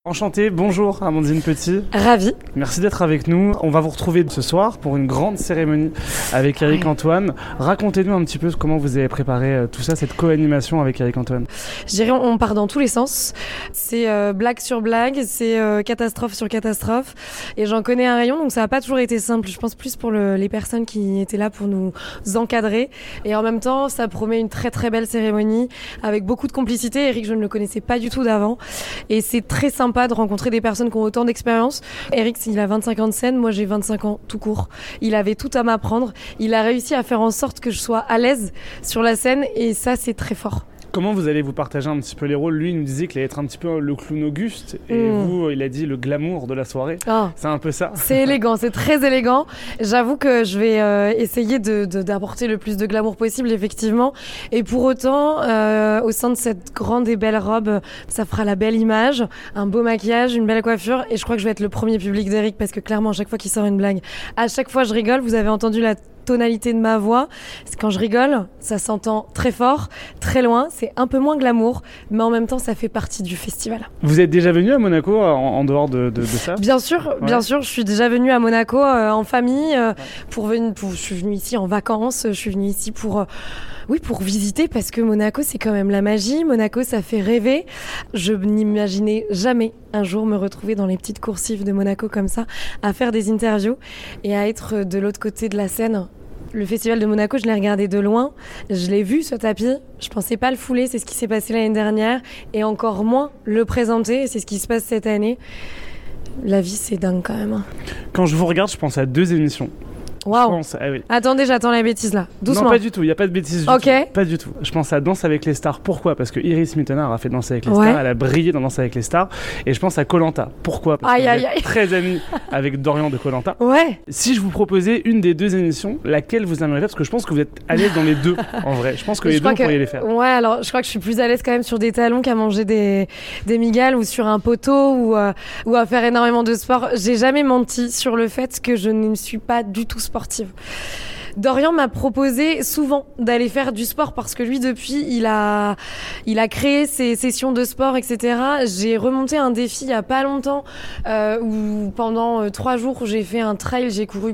Enchanté, bonjour Amandine Petit. Ravie. Merci d'être avec nous. On va vous retrouver ce soir pour une grande cérémonie avec Éric Antoine. Racontez-nous un petit peu comment vous avez préparé tout ça, cette co-animation avec Éric Antoine. Je dirais on part dans tous les sens. C'est blague sur blague, c'est catastrophe sur catastrophe. Et j'en connais un rayon, donc ça n'a pas toujours été simple. Je pense plus pour les personnes qui étaient là pour nous encadrer. Et en même temps, ça promet une très très belle cérémonie avec beaucoup de complicité. Éric, je ne le connaissais pas du tout d'avant. Et c'est très sympa de rencontrer des personnes qui ont autant d'expérience. Éric, il a 25 ans de scène, moi j'ai 25 ans tout court. Il avait tout à m'apprendre. Il a réussi à faire en sorte que je sois à l'aise sur la scène et ça, c'est très fort. Comment vous allez vous partager un petit peu les rôles ? Lui, il nous disait qu'il allait être un petit peu le clown Auguste et vous, il a dit le glamour de la soirée. Oh. C'est un peu ça. C'est élégant, c'est très élégant. J'avoue que je vais essayer d'apporter le plus de glamour possible, effectivement. Et pour autant, au sein de cette grande et belle robe, ça fera la belle image, un beau maquillage, une belle coiffure. Et je crois que je vais être le premier public d'Éric parce que clairement, à chaque fois qu'il sort une blague, à chaque fois je rigole. Vous avez entendu la tonalité de ma voix. Quand je rigole, ça s'entend très fort, très loin. C'est un peu moins glamour, mais en même temps, ça fait partie du festival. Vous êtes déjà venu à Monaco en dehors de ça ? Bien sûr, ouais. Bien sûr. Je suis déjà venue à Monaco en famille. Je suis venue ici en vacances. Je suis venue ici pour visiter parce que Monaco, c'est quand même la magie. Monaco, ça fait rêver. Je n'imaginais jamais un jour me retrouver dans les petites coursives de Monaco comme ça, à faire des interviews et à être de l'autre côté de la scène. Le festival de Monaco, je l'ai regardé de loin. Je l'ai vu, ce tapis. Je pensais pas le fouler. C'est ce qui s'est passé l'année dernière. Et encore moins le présenter. C'est ce qui se passe cette année. La vie, c'est dingue quand même. Quand je vous regarde, je pense à 2 émissions. Waouh. Oui. Attendez, j'attends la bêtise là. Doucement. Non, pas du tout. Il n'y a pas de bêtise du tout. Pas du tout. Je pense à Danse avec les stars. Pourquoi ? Parce que Iris Mittenard a fait Danse avec les stars. Elle a brillé dans Danse avec les stars. Et je pense à Koh-Lanta. Pourquoi ? Parce que vous êtes très amie avec Dorian de Koh-Lanta. Ouais. Si je vous proposais une des 2 émissions, laquelle vous aimeriez faire ? Parce que je pense que vous êtes à l'aise dans les 2, en vrai. Je pense que les 2, vous pourriez les faire. Ouais, alors je crois que je suis plus à l'aise quand même sur des talons qu'à manger des migales ou sur un poteau ou à faire énormément de sport. J'ai jamais menti sur le fait que je ne suis pas du tout sportive. Dorian m'a proposé souvent d'aller faire du sport parce que lui, depuis, il a créé ses sessions de sport, etc. J'ai remonté un défi il y a pas longtemps où pendant 3 jours, j'ai fait un trail. J'ai couru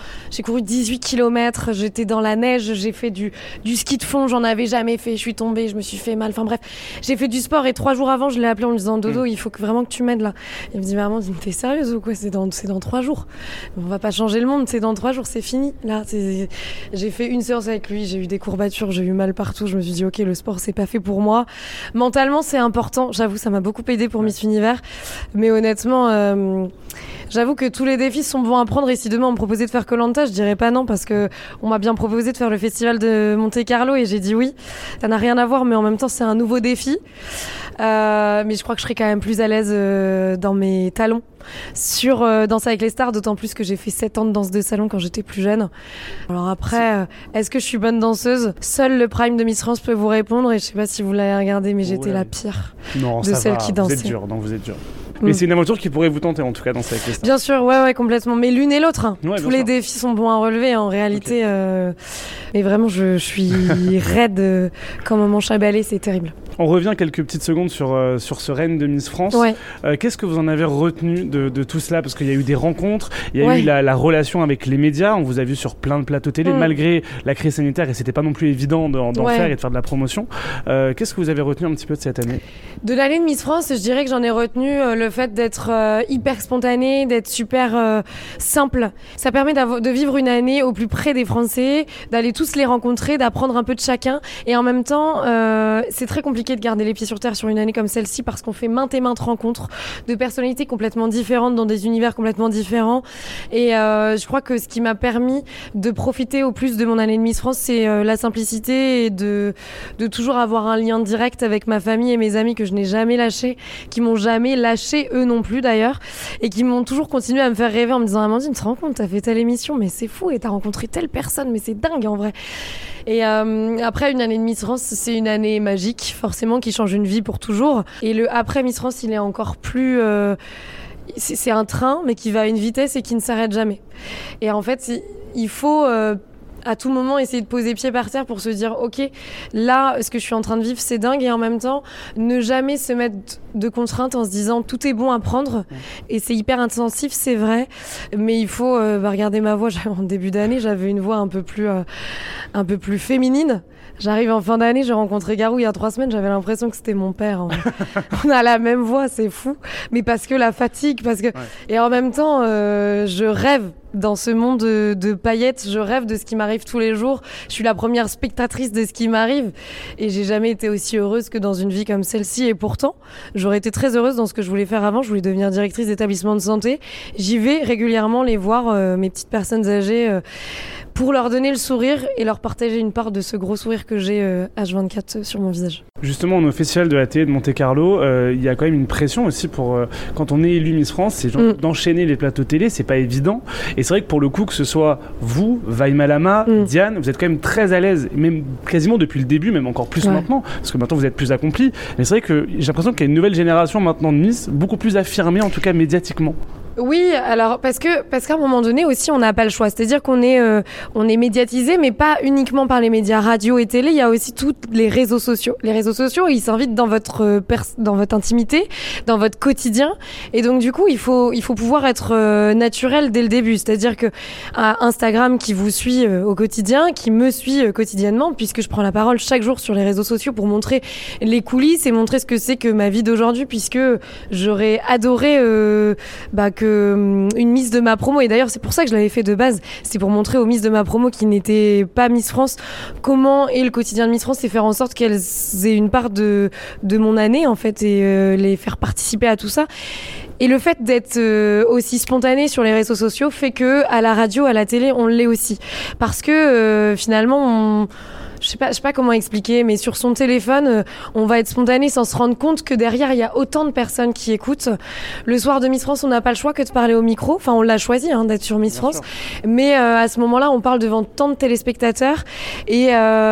18 km. J'étais dans la neige. J'ai fait du ski de fond. J'en avais jamais fait. Je suis tombée. Je me suis fait mal. Enfin bref, j'ai fait du sport et 3 jours avant, je l'ai appelé en lui disant Dodo, il faut vraiment que tu m'aides là. Il me dit maman, t'es sérieuse ou quoi ? C'est dans 3 jours. On va pas changer le monde. C'est dans 3 jours. C'est fini. Là, j'ai fait une séance avec lui, j'ai eu des courbatures, j'ai eu mal partout, je me suis dit ok, le sport c'est pas fait pour moi. Mentalement c'est important, j'avoue ça m'a beaucoup aidé pour Miss Univers, mais honnêtement j'avoue que tous les défis sont bons à prendre et si demain on me proposait de faire Koh-Lanta, je dirais pas non parce que on m'a bien proposé de faire le festival de Monte-Carlo et j'ai dit oui. Ça n'a rien à voir mais en même temps c'est un nouveau défi. Mais je crois que je serais quand même plus à l'aise dans mes talons sur Danse avec les stars, d'autant plus que j'ai fait 7 ans de danse de salon quand j'étais plus jeune. Alors après, est-ce que je suis bonne danseuse ? Seul le Prime de Miss France peut vous répondre et je sais pas si vous l'avez regardé mais j'étais la pire de celles qui dansaient. Vous êtes dur. Mais c'est une aventure qui pourrait vous tenter en tout cas, Danse avec les stars. Bien sûr, ouais, complètement. Mais l'une et l'autre. Hein. Ouais, tous les défis sont bons à relever en réalité. Mais vraiment, je suis raide comme un manche à balai, c'est terrible. On revient quelques petites secondes sur ce règne de Miss France. Ouais. Qu'est-ce que vous en avez retenu de tout cela ? Parce qu'il y a eu des rencontres, il y a eu la relation avec les médias. On vous a vu sur plein de plateaux télé, malgré la crise sanitaire, et c'était pas non plus évident d'en faire et de faire de la promotion. Qu'est-ce que vous avez retenu un petit peu de cette année ? De l'année de Miss France, je dirais que j'en ai retenu le fait d'être hyper spontanée, d'être super simple. Ça permet de vivre une année au plus près des Français, d'aller tous les rencontrer, d'apprendre un peu de chacun. Et en même temps, c'est très compliqué de garder les pieds sur terre sur une année comme celle-ci parce qu'on fait maintes et maintes rencontres de personnalités complètement différentes dans des univers complètement différents. Et je crois que ce qui m'a permis de profiter au plus de mon année de Miss France, c'est la simplicité et de toujours avoir un lien direct avec ma famille et mes amis que je n'ai jamais lâché, qui m'ont jamais lâché, eux non plus d'ailleurs, et qui m'ont toujours continué à me faire rêver en me disant Amandine, tu te rends compte, t'as fait telle émission, mais c'est fou, et t'as rencontré telle personne, mais c'est dingue en vrai. Et après, une année de Miss France, c'est une année magique, forcément, qui change une vie pour toujours. Et le après Miss France, il est encore plus... c'est un train, mais qui va à une vitesse et qui ne s'arrête jamais. Et en fait, il faut à tout moment essayer de poser pied par terre pour se dire ok, là ce que je suis en train de vivre c'est dingue, et en même temps ne jamais se mettre de contraintes en se disant tout est bon à prendre. Et c'est hyper intensif, c'est vrai, mais il faut regarder ma voix. En début d'année j'avais une voix un peu plus féminine. J'arrive en fin d'année, j'ai rencontré Garou il y a 3 semaines, j'avais l'impression que c'était mon père. On a la même voix, c'est fou. Mais parce que la fatigue, Et en même temps, je rêve dans ce monde de paillettes, je rêve de ce qui m'arrive tous les jours. Je suis la première spectatrice de ce qui m'arrive. Et j'ai jamais été aussi heureuse que dans une vie comme celle-ci. Et pourtant, j'aurais été très heureuse dans ce que je voulais faire avant. Je voulais devenir directrice d'établissement de santé. J'y vais régulièrement les voir, mes petites personnes âgées, pour leur donner le sourire et leur partager une part de ce gros sourire que j'ai H24 sur mon visage. Justement, au festival de la télé de Monte-Carlo, il y a quand même une pression aussi pour quand on est élu Miss France, c'est d'enchaîner les plateaux télé, c'est pas évident. Et c'est vrai que pour le coup, que ce soit vous, Vaïma Lama, Diane, vous êtes quand même très à l'aise, même quasiment depuis le début, même encore plus maintenant, parce que maintenant vous êtes plus accompli. Mais c'est vrai que j'ai l'impression qu'il y a une nouvelle génération maintenant de Miss, beaucoup plus affirmée, en tout cas médiatiquement. Oui, alors parce qu'à un moment donné aussi on n'a pas le choix, c'est-à-dire qu'on est médiatisé, mais pas uniquement par les médias radio et télé. Il y a aussi tous les réseaux sociaux. Les réseaux sociaux, ils s'invitent dans votre intimité, dans votre quotidien, et donc du coup il faut pouvoir être naturel dès le début. C'est-à-dire que Instagram qui vous suit au quotidien, qui me suit quotidiennement, puisque je prends la parole chaque jour sur les réseaux sociaux pour montrer les coulisses et montrer ce que c'est que ma vie d'aujourd'hui, puisque j'aurais adoré que une Miss de ma promo, et d'ailleurs c'est pour ça que je l'avais fait de base, c'est pour montrer aux Miss de ma promo qui n'étaient pas Miss France comment est le quotidien de Miss France, et faire en sorte qu'elles aient une part de mon année en fait, et les faire participer à tout ça. Et le fait d'être aussi spontané sur les réseaux sociaux fait que à la radio, à la télé, on l'est aussi, parce que finalement je sais pas comment expliquer, mais sur son téléphone, on va être spontané sans se rendre compte que derrière, il y a autant de personnes qui écoutent. Le soir de Miss France, on n'a pas le choix que de parler au micro. Enfin, on l'a choisi d'être sur Miss France. Mais à ce moment-là, on parle devant tant de téléspectateurs. Et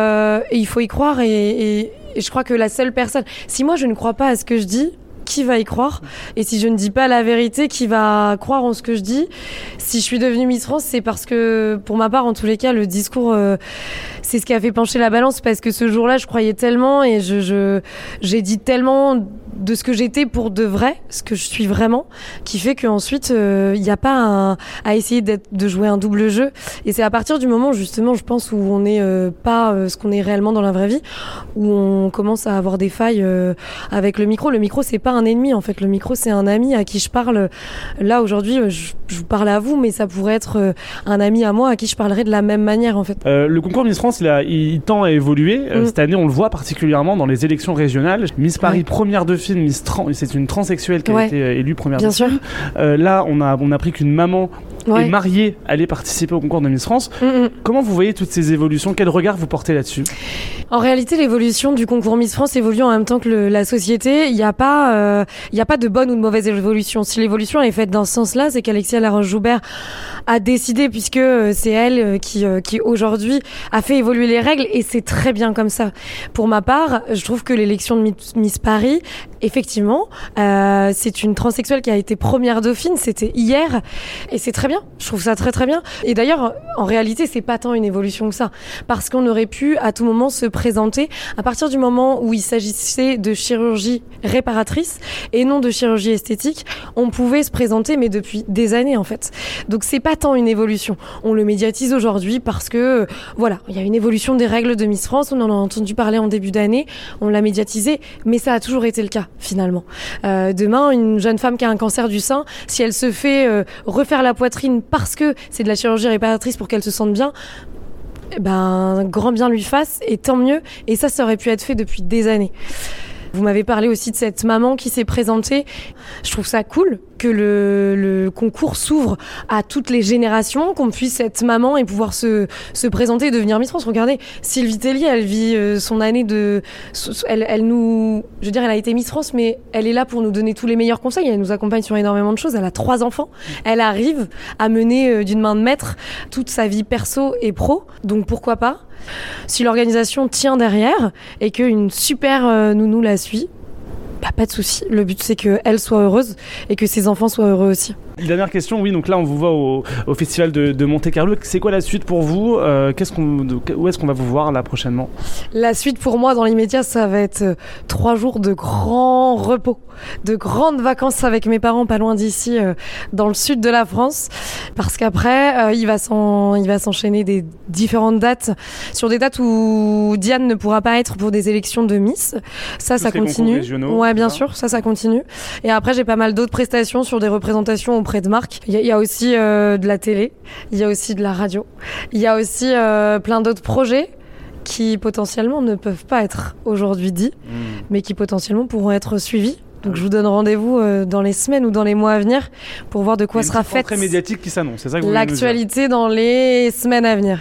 il faut y croire. Et je crois que la seule personne... Si moi, je ne crois pas à ce que je dis, qui va y croire? Et si je ne dis pas la vérité, qui va croire en ce que je dis? Si je suis devenue Miss France, c'est parce que, pour ma part, en tous les cas, le discours, c'est ce qui a fait pencher la balance, parce que ce jour-là, je croyais tellement, et j'ai dit tellement de ce que j'étais pour de vrai, ce que je suis vraiment, qui fait qu'ensuite, il n'y a pas à essayer de jouer un double jeu. Et c'est à partir du moment, justement, je pense, où on n'est pas ce qu'on est réellement dans la vraie vie, où on commence à avoir des failles avec le micro. Le micro, c'est pas un ennemi, en fait. Le micro, c'est un ami à qui je parle. Là, aujourd'hui, je vous parle à vous, mais ça pourrait être un ami à moi à qui je parlerais de la même manière, en fait. Le concours Miss France, il tend à évoluer. Cette année, on le voit particulièrement dans les élections régionales. Miss Paris, première de film, c'est une transsexuelle qui a été élue première de film. Là, on a appris qu'une maman est mariée allait participer au concours de Miss France. Comment vous voyez toutes ces évolutions? Quel regard vous portez là-dessus? En réalité, l'évolution du concours Miss France évolue en même temps que la société. Il n'y a pas de bonne ou de mauvaise évolution. Si l'évolution est faite dans ce sens-là, c'est qu'Alexia Laroche-Joubert a décidé, puisque c'est elle qui aujourd'hui a fait évoluer les règles, et c'est très bien comme ça. Pour ma part, je trouve que l'élection de Miss Paris, effectivement, c'est une transsexuelle qui a été première dauphine, c'était hier, et c'est très bien. Je trouve ça très très bien. Et d'ailleurs, en réalité, c'est pas tant une évolution que ça, parce qu'on aurait pu à tout moment se présenter à partir du moment où il s'agissait de chirurgie réparatrice et non de chirurgie esthétique. On pouvait se présenter, mais depuis des années en fait. Donc c'est pas tant une évolution. On le médiatise aujourd'hui parce que voilà, il y a une évolution des règles de Miss France. On en a entendu parler en début d'année, on l'a médiatisé, mais ça a toujours été le cas finalement. Demain, une jeune femme qui a un cancer du sein, si elle se fait refaire la poitrine parce que c'est de la chirurgie réparatrice pour qu'elle se sente bien, grand bien lui fasse, et tant mieux. Et ça aurait pu être fait depuis des années. Vous m'avez parlé aussi de cette maman qui s'est présentée. Je trouve ça cool que le concours s'ouvre à toutes les générations, qu'on puisse être maman et pouvoir se présenter et devenir Miss France. Regardez, Sylvie Tellier, elle vit son année elle a été Miss France, mais elle est là pour nous donner tous les meilleurs conseils. Elle nous accompagne sur énormément de choses. Elle a 3 enfants. Elle arrive à mener d'une main de maître toute sa vie perso et pro. Donc pourquoi pas? Si l'organisation tient derrière et qu'une super nounou la suit, pas de souci. Le but, c'est qu'elle soit heureuse et que ses enfants soient heureux aussi. Dernière question, oui, donc là on vous voit au festival de Monte-Carlo. C'est quoi la suite pour vous ? Où est-ce qu'on va vous voir là prochainement ? La suite pour moi dans l'immédiat, ça va être 3 jours de grand repos, de grandes vacances avec mes parents pas loin d'ici, dans le sud de la France, parce qu'après il va s'enchaîner des différentes dates, sur des dates où Diane ne pourra pas être pour des élections de Miss. Ça continue. Ouais, bien sûr, ça continue. Et après j'ai pas mal d'autres prestations sur des représentations auprès de marques. Il y a aussi de la télé, il y a aussi de la radio, il y a aussi plein d'autres projets qui potentiellement ne peuvent pas être aujourd'hui dits, mais qui potentiellement pourront être suivis. Donc je vous donne rendez-vous dans les semaines ou dans les mois à venir pour voir de quoi sera faite médiatique qui s'annonce, c'est ça que vous l'actualité dans les semaines à venir.